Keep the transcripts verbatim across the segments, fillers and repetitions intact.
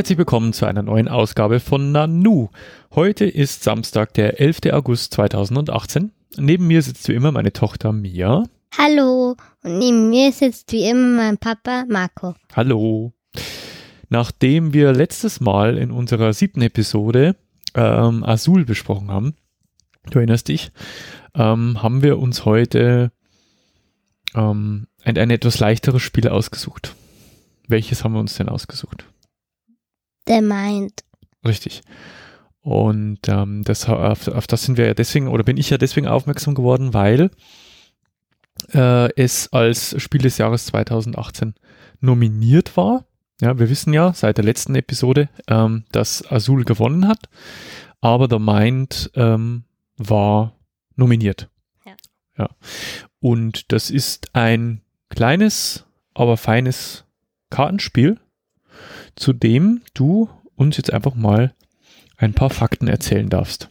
herzlich willkommen zu einer neuen Ausgabe von Nanu. Heute ist Samstag, der elfter August zweitausendachtzehn. Neben mir sitzt wie immer meine Tochter Mia. Hallo. Und neben mir sitzt wie immer mein Papa Marco. Hallo. Nachdem wir letztes Mal in unserer siebten Episode ähm, Azul besprochen haben, du erinnerst dich, ähm, haben wir uns heute ähm, ein, ein etwas leichteres Spiel ausgesucht. Welches haben wir uns denn ausgesucht? The Mind. Richtig. Und ähm, das, auf, auf das sind wir ja deswegen, oder bin ich ja deswegen aufmerksam geworden, weil äh, es als Spiel des Jahres zweitausendachtzehn nominiert war. Ja, wir wissen ja seit der letzten Episode, ähm, dass Azul gewonnen hat, aber The Mind ähm, war nominiert. Ja. Ja. Und das ist ein kleines, aber feines Kartenspiel, zu dem du uns jetzt einfach mal ein paar Fakten erzählen darfst.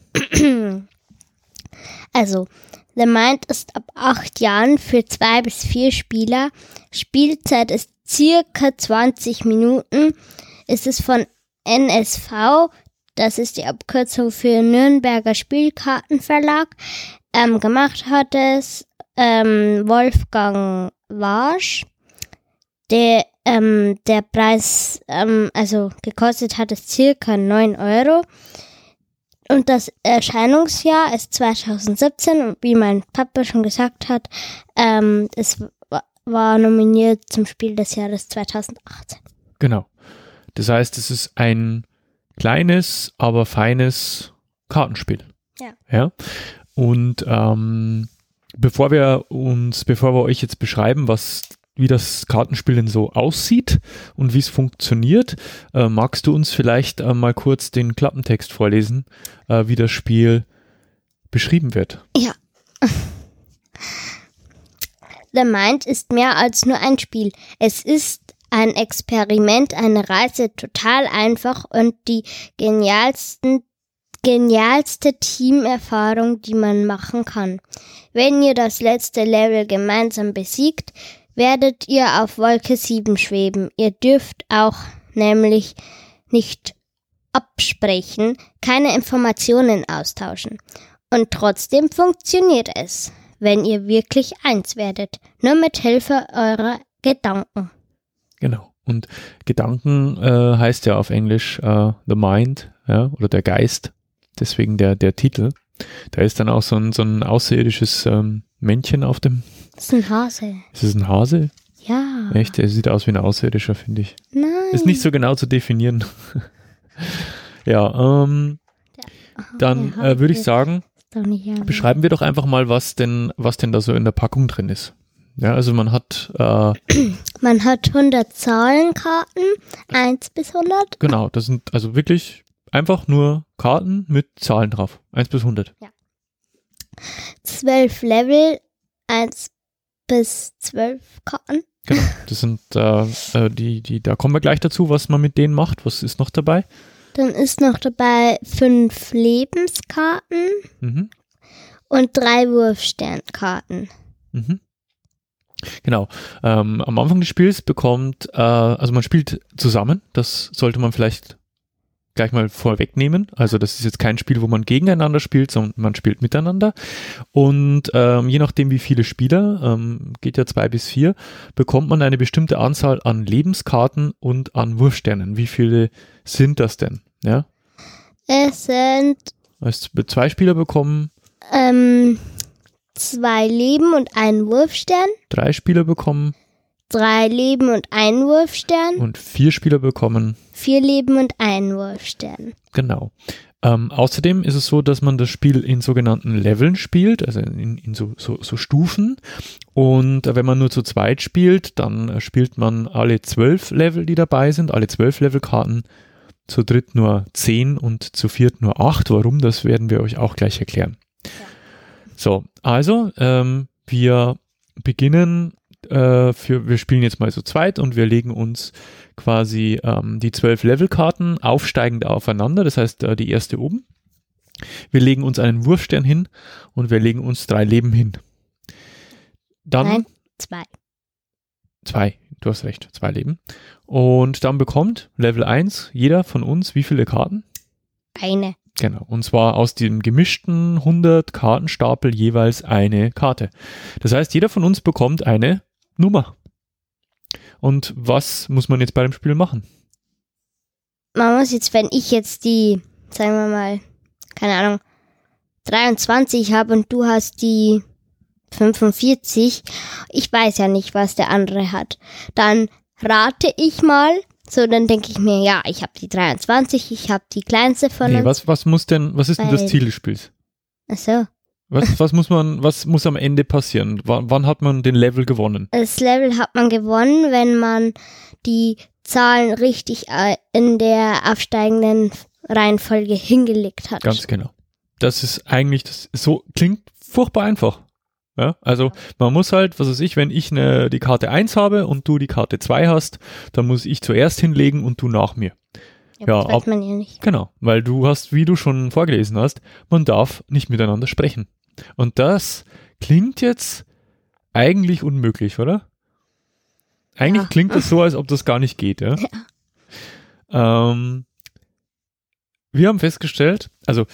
Also, The Mind ist ab acht Jahren für zwei bis vier Spieler. Spielzeit ist circa zwanzig Minuten. Es ist von N S V, das ist die Abkürzung für Nürnberger Spielkartenverlag. Ähm, gemacht hat es ähm, Wolfgang Warsch. Der, ähm, der Preis, ähm, also gekostet hat es circa neun Euro. Und das Erscheinungsjahr ist zweitausendsiebzehn und wie mein Papa schon gesagt hat, ähm, es w- war nominiert zum Spiel des Jahres zweitausendachtzehn. Genau. Das heißt, es ist ein kleines, aber feines Kartenspiel. Ja. Ja. Und ähm, bevor wir uns, bevor wir euch jetzt beschreiben, was wie das Kartenspiel denn so aussieht und wie es funktioniert, äh, magst du uns vielleicht äh, mal kurz den Klappentext vorlesen, äh, wie das Spiel beschrieben wird? Ja. The Mind ist mehr als nur ein Spiel. Es ist ein Experiment, eine Reise, total einfach und die genialsten, genialste Teamerfahrung, die man machen kann. Wenn ihr das letzte Level gemeinsam besiegt, werdet ihr auf Wolke sieben schweben. Ihr dürft auch nämlich nicht absprechen, keine Informationen austauschen. Und trotzdem funktioniert es, wenn ihr wirklich eins werdet. Nur mit Hilfe eurer Gedanken. Genau. Und Gedanken äh, heißt ja auf Englisch äh, The Mind, ja, oder der Geist. Deswegen der, der Titel. Da ist dann auch so ein, so ein außerirdisches ähm, Männchen auf dem. Das ist ein Hase. Ist es ein Hase? Ja. Echt? Der sieht aus wie ein Außerirdischer, finde ich. Nein. Ist nicht so genau zu definieren. ja, ähm, dann äh, würde ich sagen, Doch nicht, ja. beschreiben wir doch einfach mal, was denn, was denn da so in der Packung drin ist. Ja, also man hat, äh, Man hat hundert Zahlenkarten, eins bis hundert. genau, das sind also wirklich einfach nur Karten mit Zahlen drauf. eins bis hundert. zwölf Level, eins bis zwölf Karten. Genau, das sind äh, äh, die, die, da kommen wir gleich dazu, was man mit denen macht. Was ist noch dabei? Dann ist noch dabei fünf Lebenskarten Mhm. und drei Wurfsternkarten. Mhm. Genau. Ähm, am Anfang des Spiels bekommt, äh, also man spielt zusammen, das sollte man vielleicht gleich mal vorwegnehmen. Also das ist jetzt kein Spiel, wo man gegeneinander spielt, sondern man spielt miteinander. Und ähm, je nachdem, wie viele Spieler, ähm, geht ja zwei bis vier, bekommt man eine bestimmte Anzahl an Lebenskarten und an Wurfsternen. Wie viele sind das denn? Ja? Es sind Also zwei Spieler bekommen, ähm, zwei Leben und ein Wurfstern, drei Spieler bekommen drei Leben und ein Wurfstern, und vier Spieler bekommen. vier Leben und ein Wurfstern. Genau. Ähm, außerdem ist es so, dass man das Spiel in sogenannten Leveln spielt, also in, in so, so, so Stufen. Und äh, wenn man nur zu zweit spielt, dann äh, spielt man alle zwölf Level, die dabei sind, alle zwölf Levelkarten. Zu dritt nur zehn und zu viert nur acht. Warum, das werden wir euch auch gleich erklären. Ja. So, also ähm, wir beginnen, äh, für, wir spielen jetzt mal so zweit und wir legen uns quasi ähm, die zwölf Levelkarten aufsteigend aufeinander, das heißt äh, die erste oben. Wir legen uns einen Wurfstern hin und wir legen uns drei Leben hin. Dann Nein, zwei. zwei. du hast recht, zwei Leben. Und dann bekommt Level eins jeder von uns wie viele Karten? Eine. Genau, und zwar aus dem gemischten hundert Kartenstapel jeweils eine Karte. Das heißt, jeder von uns bekommt eine Nummer. Und was muss man jetzt bei dem Spiel machen? Man muss jetzt, wenn ich jetzt die, sagen wir mal, keine Ahnung, dreiundzwanzig habe und du hast die fünfundvierzig, ich weiß ja nicht, was der andere hat, dann rate ich mal. So, dann denke ich mir, ja, ich habe die dreiundzwanzig, ich habe die kleinste von Nee, uns. was, was muss denn, was ist denn das Weil- Ziel des Spiels? Ach so. Was, was muss man, was muss am Ende passieren? W wann hat man den Level gewonnen? Das Level hat man gewonnen, wenn man die Zahlen richtig äh, in der aufsteigenden Reihenfolge hingelegt hat. Ganz genau. Das ist eigentlich, das so klingt furchtbar einfach. Ja, also man muss halt, was weiß ich, wenn ich eine, die Karte eins habe und du die Karte zwei hast, dann muss ich zuerst hinlegen und du nach mir. Ja, ja, das weiß ab- man ja nicht. Genau, weil du hast, wie du schon vorgelesen hast, man darf nicht miteinander sprechen. Und das klingt jetzt eigentlich unmöglich, oder? Eigentlich Ja. klingt es so, als ob das gar nicht geht, ja? Ähm, wir haben festgestellt, also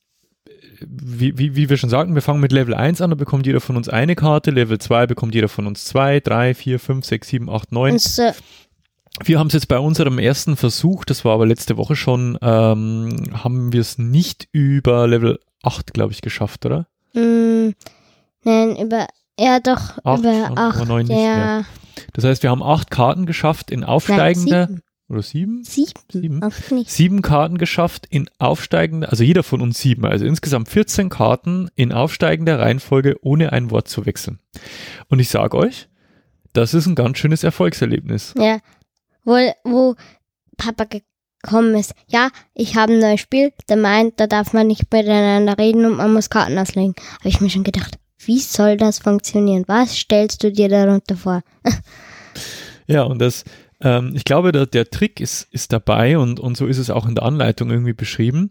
wie, wie, wie wir schon sagten, wir fangen mit Level eins an, da bekommt jeder von uns eine Karte, Level zwei bekommt jeder von uns zwei, drei, vier, fünf, sechs, sieben, acht, neun. Und so, Wir haben es jetzt bei unserem ersten Versuch, das war aber letzte Woche schon, ähm, haben wir es nicht über Level acht, glaube ich, geschafft, oder? mh, nein, über, ja doch, Acht über schon, aber acht, neun nicht ja. mehr. Das heißt, wir haben acht Karten geschafft in Nein, aufsteigender, sieben. oder sieben? Sieben. Sieben. Acht nicht. Sieben Karten geschafft in aufsteigender, also jeder von uns sieben, also insgesamt vierzehn Karten in aufsteigender Reihenfolge, ohne ein Wort zu wechseln. Und ich sage euch, das ist ein ganz schönes Erfolgserlebnis. Ja, wo, wo Papa gekommen ist. Ja, ich habe ein neues Spiel, der meint, da darf man nicht miteinander reden und man muss Karten auslegen. Habe ich mir schon gedacht, wie soll das funktionieren? Was stellst du dir darunter vor? Ja, und das, ähm, ich glaube, der, der Trick ist, ist dabei und, und so ist es auch in der Anleitung irgendwie beschrieben,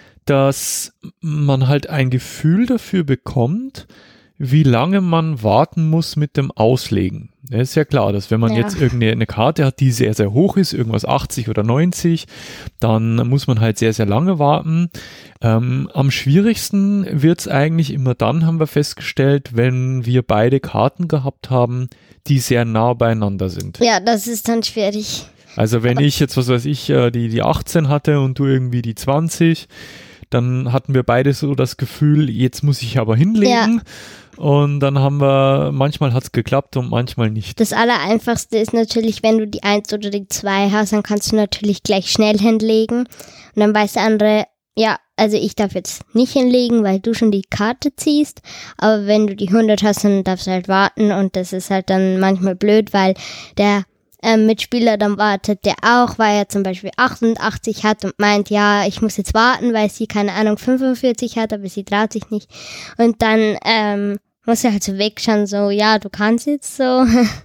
dass man halt ein Gefühl dafür bekommt, wie lange man warten muss mit dem Auslegen. Ja, ist ja klar, dass wenn man Ja. jetzt irgendeine Karte hat, die sehr, sehr hoch ist, irgendwas achtzig oder neunzig, dann muss man halt sehr, sehr lange warten. Ähm, am schwierigsten wird's eigentlich immer dann, haben wir festgestellt, wenn wir beide Karten gehabt haben, die sehr nah beieinander sind. Ja, das ist dann schwierig. Also wenn ich jetzt, was weiß ich, äh, die, die achtzehn hatte und du irgendwie die zwanzig, dann hatten wir beide so das Gefühl, jetzt muss ich aber hinlegen. Und dann haben wir, manchmal hat's geklappt und manchmal nicht. Das Allereinfachste ist natürlich, wenn du die eins oder die zwei hast, dann kannst du natürlich gleich schnell hinlegen. Und dann weiß der andere, ja, also ich darf jetzt nicht hinlegen, weil du schon die Karte ziehst. Aber wenn du die hundert hast, dann darfst du halt warten. Und das ist halt dann manchmal blöd, weil der ähm, Mitspieler dann wartet, der auch, weil er zum Beispiel achtundachtzig hat und meint, ja, ich muss jetzt warten, weil sie, keine Ahnung, fünfundvierzig hat, aber sie traut sich nicht. Und dann ähm, muss er halt so wegschauen, so, ja, du kannst jetzt so.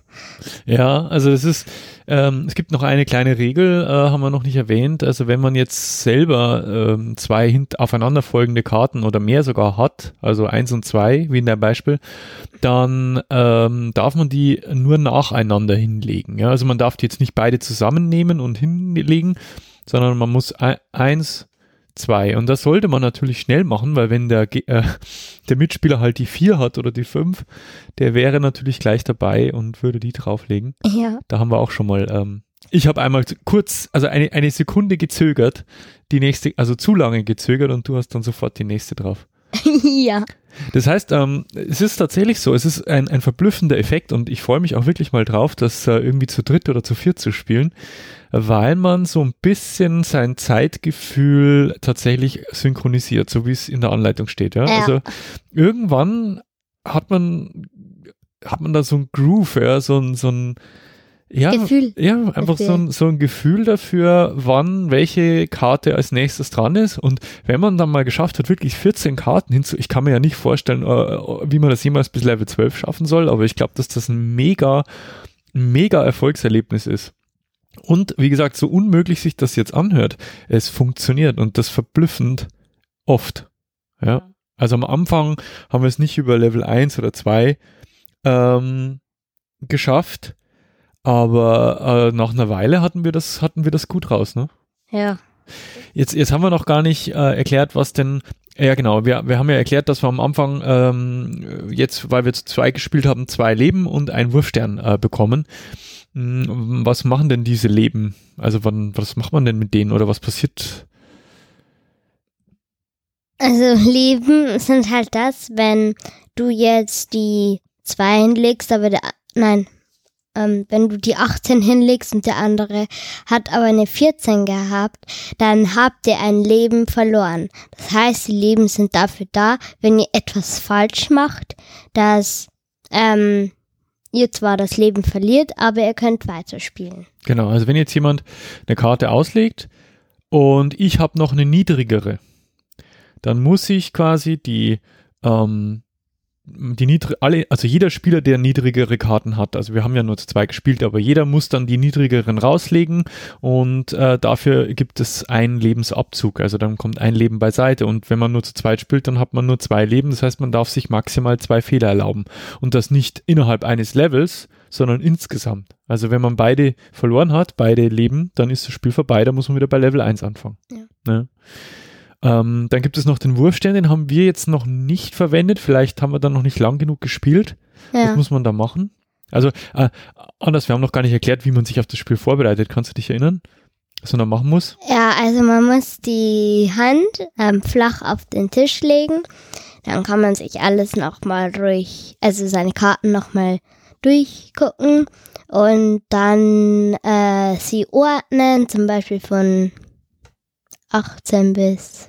Ja, also es ist, ähm, es gibt noch eine kleine Regel, äh, haben wir noch nicht erwähnt. Also wenn man jetzt selber ähm, zwei hint aufeinanderfolgende Karten oder mehr sogar hat, also eins und zwei, wie in dem Beispiel, dann ähm, darf man die nur nacheinander hinlegen. Ja? Also man darf die jetzt nicht beide zusammennehmen und hinlegen, sondern man muss ein, eins, zwei. Und das sollte man natürlich schnell machen, weil wenn der, Ge- äh, der Mitspieler halt die vier hat oder die fünf, der wäre natürlich gleich dabei und würde die drauflegen. Ja. Da haben wir auch schon mal, ähm, ich habe einmal kurz, also eine, eine Sekunde gezögert, die nächste, also zu lange gezögert und du hast dann sofort die nächste drauf. Ja. Das heißt, ähm, es ist tatsächlich so, es ist ein, ein verblüffender Effekt und ich freue mich auch wirklich mal drauf, das äh, irgendwie zu dritt oder zu viert zu spielen, weil man so ein bisschen sein Zeitgefühl tatsächlich synchronisiert, so wie es in der Anleitung steht. Ja? Ja. Also irgendwann hat man, hat man da so ein Groove, ja? so ein, so ein ja, Gefühl. ja, einfach so ein, so ein Gefühl dafür, wann welche Karte als nächstes dran ist. Und wenn man dann mal geschafft hat, wirklich vierzehn Karten hinzu, ich kann mir ja nicht vorstellen, äh, wie man das jemals bis Level zwölf schaffen soll, aber ich glaube, dass das ein mega, mega Erfolgserlebnis ist. Und wie gesagt, so unmöglich sich das jetzt anhört, es funktioniert und das verblüffend oft. Ja. Also am Anfang haben wir es nicht über Level eins oder zwei ähm, geschafft, aber äh, nach einer Weile hatten wir das, hatten wir das gut raus, ne? Ja. Jetzt, jetzt haben wir noch gar nicht äh, erklärt, was denn, ja genau, wir, wir haben ja erklärt, dass wir am Anfang ähm, jetzt, weil wir zu zwei gespielt haben, zwei Leben und einen Wurfstern äh, bekommen. Hm, was machen denn diese Leben? Also wann, was macht man denn mit denen oder was passiert? Also Leben sind halt das, wenn du jetzt die zwei hinlegst, aber der, nein, ähm, wenn du die achtzehn hinlegst und der andere hat aber eine vierzehn gehabt, dann habt ihr ein Leben verloren. Das heißt, die Leben sind dafür da, wenn ihr etwas falsch macht, dass ähm, ihr zwar das Leben verliert, aber ihr könnt weiterspielen. Genau, also wenn jetzt jemand eine Karte auslegt und ich habe noch eine niedrigere, dann muss ich quasi die, ähm, die niedrig, alle, also jeder Spieler, der niedrigere Karten hat, also wir haben ja nur zu zwei gespielt, aber jeder muss dann die niedrigeren rauslegen und äh, dafür gibt es einen Lebensabzug, also dann kommt ein Leben beiseite und wenn man nur zu zweit spielt, dann hat man nur zwei Leben, das heißt, man darf sich maximal zwei Fehler erlauben und das nicht innerhalb eines Levels, sondern insgesamt. Also wenn man beide verloren hat, beide Leben, dann ist das Spiel vorbei, da muss man wieder bei Level eins anfangen. Ja. Ne? Ähm, dann gibt es noch den Wurfstern, den haben wir jetzt noch nicht verwendet. Vielleicht haben wir dann noch nicht lang genug gespielt. Ja. Was muss man da machen? Also, äh, anders, wir haben noch gar nicht erklärt, wie man sich auf das Spiel vorbereitet. Kannst du dich erinnern, was man da machen muss? Ja, also man muss die Hand ähm, flach auf den Tisch legen. Dann kann man sich alles nochmal durch, also seine Karten nochmal durchgucken und dann äh, sie ordnen, zum Beispiel von achtzehn bis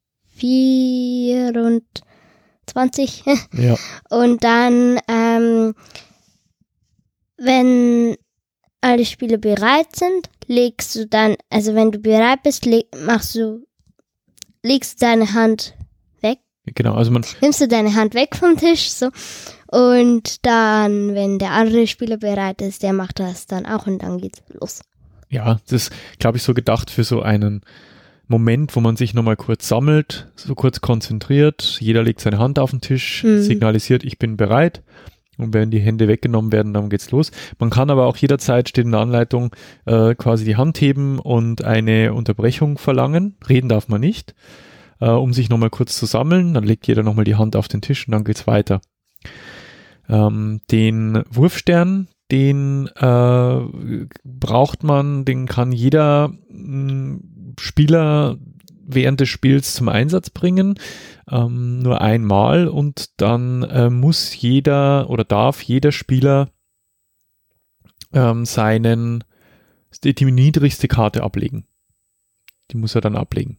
vierundzwanzig. Ja. Und dann, ähm, wenn alle Spiele bereit sind, legst du dann, also wenn du bereit bist, leg, machst du, legst du deine Hand weg. Genau, also man. Nimmst du deine Hand weg vom Tisch, so. Und dann, wenn der andere Spieler bereit ist, der macht das dann auch und dann geht's los. Ja, das ist, glaube ich, so gedacht für so einen Moment, wo man sich nochmal kurz sammelt, so kurz konzentriert, jeder legt seine Hand auf den Tisch, mhm. signalisiert, ich bin bereit und wenn die Hände weggenommen werden, dann geht's los. Man kann aber auch jederzeit, steht in der Anleitung, äh, quasi die Hand heben und eine Unterbrechung verlangen, reden darf man nicht, äh, um sich nochmal kurz zu sammeln, dann legt jeder nochmal die Hand auf den Tisch und dann geht's weiter. Ähm, den Wurfstern, den äh, braucht man, den kann jeder mh, Spieler während des Spiels zum Einsatz bringen, ähm, nur einmal und dann äh, muss jeder oder darf jeder Spieler ähm, seinen, die, die niedrigste Karte ablegen. Die muss er dann ablegen.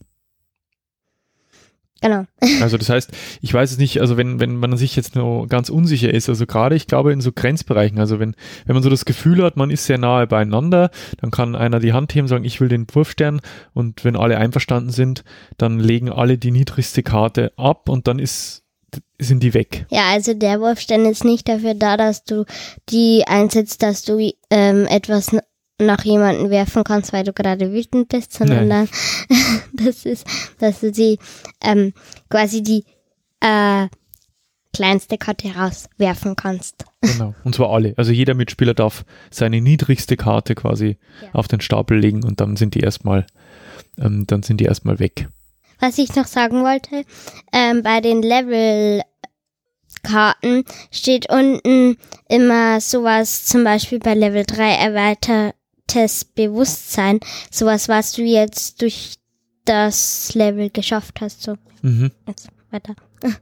Genau. Also das heißt, ich weiß es nicht, also wenn, wenn man sich jetzt nur ganz unsicher ist, also gerade ich glaube in so Grenzbereichen, also wenn, wenn man so das Gefühl hat, man ist sehr nahe beieinander, dann kann einer die Hand heben und sagen, ich will den Wurfstern und wenn alle einverstanden sind, dann legen alle die niedrigste Karte ab und dann ist, sind die weg. Ja, also der Wurfstern ist nicht dafür da, dass du die einsetzt, dass du ähm, etwas nach jemanden werfen kannst, weil du gerade wütend bist, sondern dann, das ist, dass du die ähm, quasi die äh, kleinste Karte rauswerfen kannst. Genau, und zwar alle. Also jeder Mitspieler darf seine niedrigste Karte quasi ja. auf den Stapel legen und dann sind die erstmal, ähm, dann sind die erstmal weg. Was ich noch sagen wollte, ähm, bei den Level-Karten steht unten immer sowas, zum Beispiel bei Level drei erweitert Bewusstsein, sowas, was du jetzt durch das Level geschafft hast. So. Mhm. Jetzt weiter.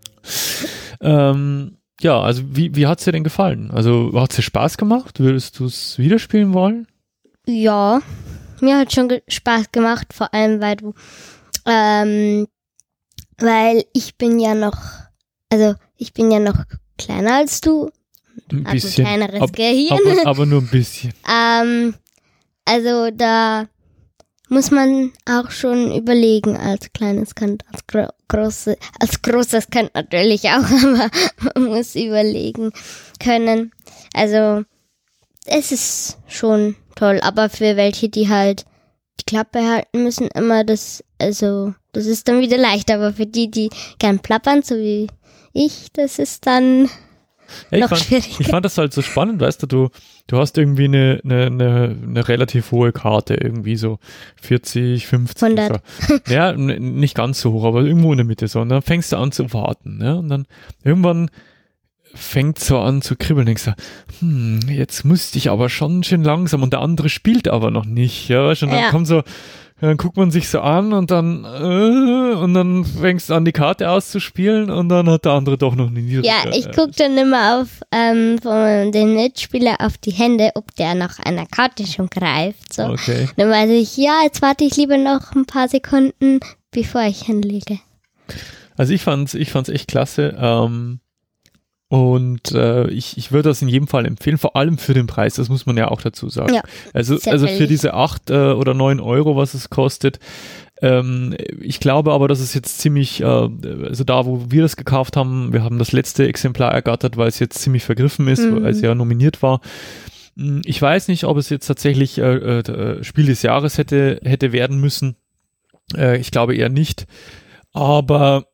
ähm, ja, also wie, wie hat es dir denn gefallen? Also hat es dir Spaß gemacht? Würdest du es wieder spielen wollen? Ja, mir hat schon ge- Spaß gemacht, vor allem weil du, ähm, weil ich bin ja noch, also ich bin ja noch kleiner als du. Ein bisschen. Ein kleineres ab, Gehirn. Aber, aber nur ein bisschen. ähm, Also da muss man auch schon überlegen als kleines Kind, als gro- große, als großes Kind natürlich auch, aber man muss überlegen können. Also es ist schon toll, aber für welche, die halt die Klappe halten müssen, immer das, also das ist dann wieder leicht, aber für die, die gern plappern, so wie ich, das ist dann Ja, ich, noch fand, schwieriger. ich fand das halt so spannend, weißt du, du, du hast irgendwie eine, eine, eine, eine relativ hohe Karte, irgendwie so vierzig, fünfzig. hundert. So. Ja, n- nicht ganz so hoch, aber irgendwo in der Mitte so. Und dann fängst du an zu warten, ne? Und dann irgendwann fängt so an zu kribbeln, denkst du, hm, jetzt müsste ich aber schon schön langsam und der andere spielt aber noch nicht, ja, weißt du, und dann Ja. kommt so, dann guckt man sich so an und dann äh, und dann fängst du an, die Karte auszuspielen und dann hat der andere doch noch eine niedrige. Ja, ich gucke dann immer auf ähm, von den Mitspieler auf die Hände, ob der nach einer Karte schon greift. So. Okay. Dann weiß ich, ja, jetzt warte ich lieber noch ein paar Sekunden, bevor ich hinlege. Also ich fand's, ich fand's echt klasse. Ähm, und äh, ich, ich würde das in jedem Fall empfehlen, vor allem für den Preis, das muss man ja auch dazu sagen. Ja, also, sehr also für billig. diese acht äh, oder neun Euro, was es kostet. Ähm, ich glaube aber, dass es jetzt ziemlich, äh, also da, wo wir das gekauft haben, wir haben das letzte Exemplar ergattert, weil es jetzt ziemlich vergriffen ist, Mhm. weil es ja nominiert war. Ich weiß nicht, ob es jetzt tatsächlich äh, äh, Spiel des Jahres hätte, hätte werden müssen. Äh, ich glaube eher nicht. Aber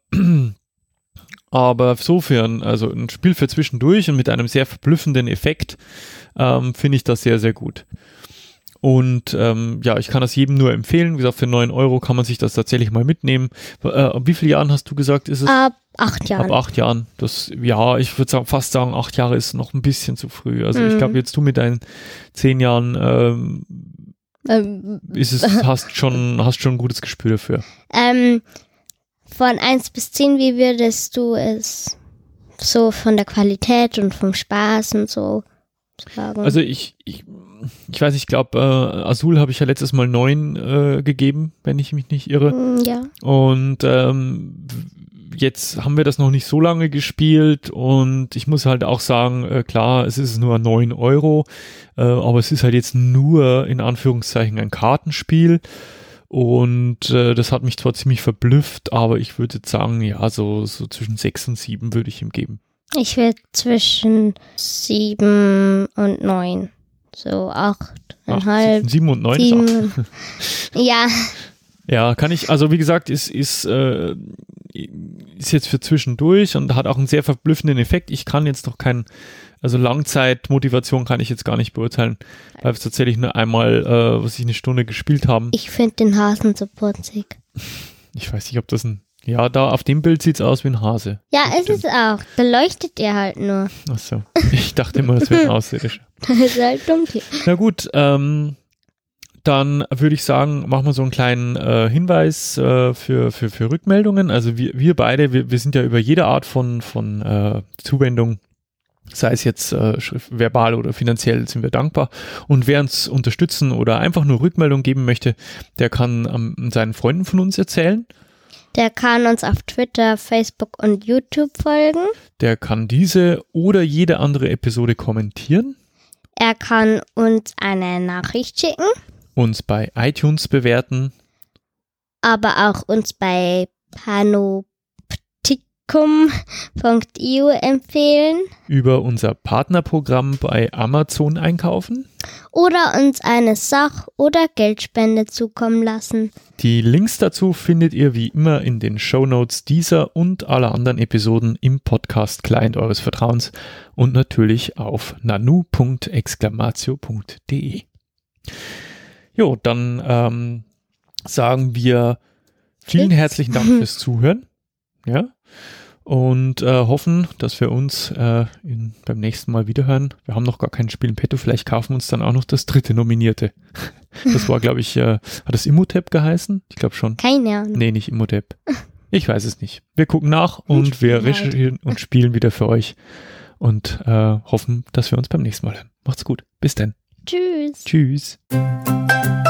Aber insofern, also ein Spiel für zwischendurch und mit einem sehr verblüffenden Effekt, ähm, finde ich das sehr, sehr gut. Und ähm, ja, ich kann das jedem nur empfehlen. Wie gesagt, für neun Euro kann man sich das tatsächlich mal mitnehmen. Äh, ab wie vielen Jahren hast du gesagt, ist es? Ab acht Jahren. Ab acht Jahren. Das, ja, ich würde sagen, fast sagen, acht Jahre ist noch ein bisschen zu früh. Also ich Mhm. glaube, jetzt du mit deinen zehn Jahren ähm, Ähm, ist es, hast schon, hast schon ein gutes Gespür dafür. ähm, von eins bis zehn, wie würdest du es so von der Qualität und vom Spaß und so sagen? Also ich, ich, ich weiß, ich glaube, äh, Azul habe ich ja letztes Mal neun äh, gegeben, wenn ich mich nicht irre. Mm, ja. Und ähm, jetzt haben wir das noch nicht so lange gespielt und ich muss halt auch sagen, äh, klar, es ist nur neun Euro, äh, aber es ist halt jetzt nur in Anführungszeichen ein Kartenspiel. Und äh, das hat mich zwar ziemlich verblüfft, aber ich würde jetzt sagen, ja, so, so zwischen sechs und sieben würde ich ihm geben. Ich würde zwischen sieben und neun. So acht, Ach, halb, sieben und neun ist auch. sieben. Ja, Ja, kann ich, also wie gesagt, ist, ist, äh, ist jetzt für zwischendurch und hat auch einen sehr verblüffenden Effekt. Ich kann jetzt noch keinen, also Langzeitmotivation kann ich jetzt gar nicht beurteilen, weil wir tatsächlich nur einmal, äh, was ich eine Stunde gespielt haben. ich finde den Hasen so putzig. Ich weiß nicht, ob das ein, ja, da auf dem Bild sieht's aus wie ein Hase. Ja, Das ist es auch. Da leuchtet er halt nur. Ach so. Ich dachte immer, das wäre ein Außerirdischer. Da ist halt dunkel. Na gut, ähm, dann würde ich sagen, machen wir so einen kleinen äh, Hinweis äh, für, für, für Rückmeldungen. Also wir, wir beide, wir, wir sind ja über jede Art von, von äh, Zuwendung, sei es jetzt äh, schrift, verbal oder finanziell, sind wir dankbar. Und wer uns unterstützen oder einfach nur Rückmeldung geben möchte, der kann ähm, seinen Freunden von uns erzählen. Der kann uns auf Twitter, Facebook und YouTube folgen. Der kann diese oder jede andere Episode kommentieren. Er kann uns eine Nachricht schicken, Uns bei iTunes bewerten. aber auch uns bei panoptikum punkt i u empfehlen Über unser Partnerprogramm bei Amazon einkaufen. oder uns eine Sach- oder Geldspende zukommen lassen. Die Links dazu findet ihr wie immer in den Shownotes dieser und aller anderen Episoden im Podcast-Client eures Vertrauens und natürlich auf nanu punkt exclamatio punkt de. Jo, dann ähm, sagen wir vielen herzlichen Dank fürs Zuhören. Ja. Und äh, hoffen, dass wir uns äh, in, beim nächsten Mal wiederhören. Wir haben noch gar kein Spiel im Petto, vielleicht kaufen wir uns dann auch noch das dritte Nominierte. Das war, glaube ich, äh, hat das Imhotep geheißen? Ich glaube schon. Keine Ahnung. Nee, nicht Imhotep. Ich weiß es nicht. Wir gucken nach und wir recherchieren und spielen wieder für euch und äh, hoffen, dass wir uns beim nächsten Mal hören. Macht's gut. Bis dann. Tschüss. Tschüss.